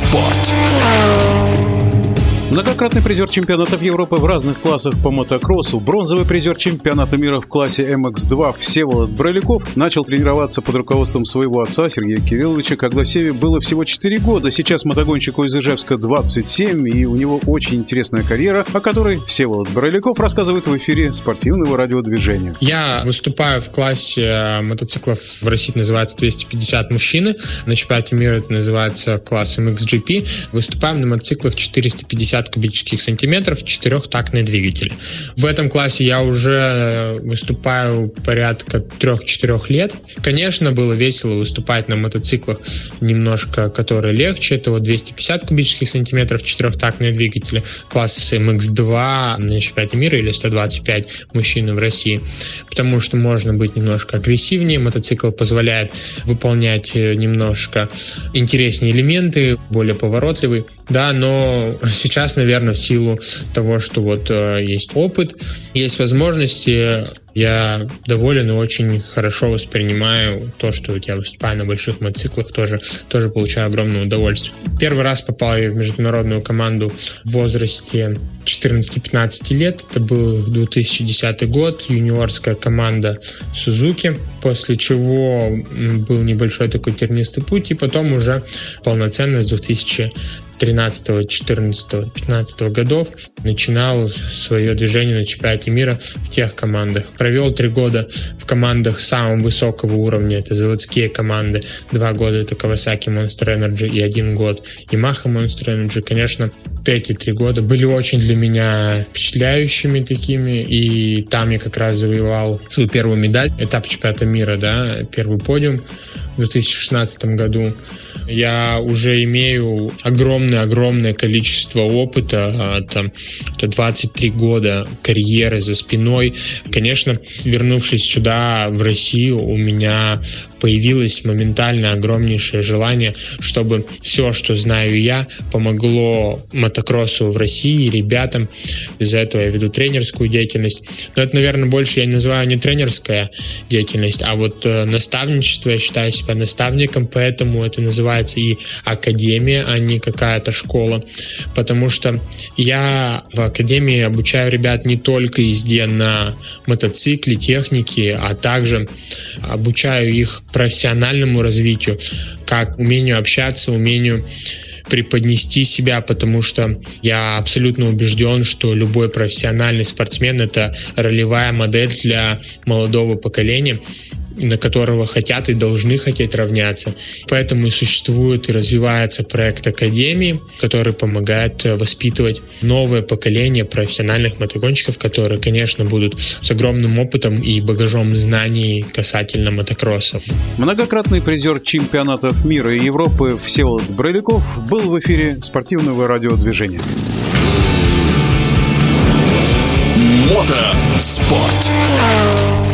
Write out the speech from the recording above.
спорт. Многократный призер чемпионатов Европы в разных классах по мотокроссу, бронзовый призер чемпионата мира в классе MX2 Всеволод Броляков начал тренироваться под руководством своего отца Сергея Кирилловича, когда Севе было всего 4 года. Сейчас мотогонщику из Ижевска 27, и у него очень интересная карьера, о которой Всеволод Броляков рассказывает в эфире спортивного радиодвижения. Я выступаю в классе мотоциклов, в России называется 250 мужчины, на чемпионате мира это называется класс MXGP. Выступаем на мотоциклах 450 кубических сантиметров, 4-тактные двигатели. В этом классе я уже выступаю порядка 3-4 лет. Конечно, было весело выступать на мотоциклах немножко, которые легче. Это вот 250 кубических сантиметров, 4-тактные двигатели, класс MX2 на чемпионате мира или 125 мужчин в России. Потому что можно быть немножко агрессивнее. Мотоцикл позволяет выполнять немножко интереснее элементы, более поворотливый. Да, но сейчас, наверное, в силу того, что вот есть опыт, есть возможности, я доволен и очень хорошо воспринимаю то, что я выступаю на больших мотоциклах, тоже получаю огромное удовольствие. Первый раз попал я в международную команду в возрасте 14-15 лет. Это был 2010 год, юниорская команда Suzuki, после чего был небольшой такой тернистый путь, и потом уже полноценно с 2013, 14, 15 годов начинал свое движение на чемпионате мира в тех командах. Провел 3 года в командах самого высокого уровня, это заводские команды. 2 года это Kawasaki Monster Energy и 1 год Yamaha Monster Energy. Конечно, эти 3 года были очень для меня впечатляющими такими, и там я как раз завоевал свою первую медаль, этап чемпионата мира, да, первый подиум в 2016 году. Я уже имею огромное количество опыта, там, это 23 года карьеры за спиной. Конечно, вернувшись сюда, в Россию, у меня появилось моментально огромнейшее желание, чтобы все, что знаю я, помогло мотокроссу в России, ребятам. Из-за этого я веду тренерскую деятельность. Но это, наверное, больше я называю не тренерская деятельность, а вот наставничество. Я считаю себя наставником, поэтому это называется и академия, а не какая-то школа. Потому что я в академии обучаю ребят не только езде на мотоцикле, технике, а также обучаю их профессиональному развитию, как умению общаться, умению преподнести себя, потому что я абсолютно убежден, что любой профессиональный спортсмен — это ролевая модель для молодого поколения, на которого хотят и должны хотеть равняться. Поэтому и существует и развивается проект Академии, который помогает воспитывать новое поколение профессиональных мотогонщиков, которые, конечно, будут с огромным опытом и багажом знаний касательно мотокросса. Многократный призер чемпионатов мира и Европы Всеволод Броляков был в эфире спортивного радиодвижения. Мотоспорт.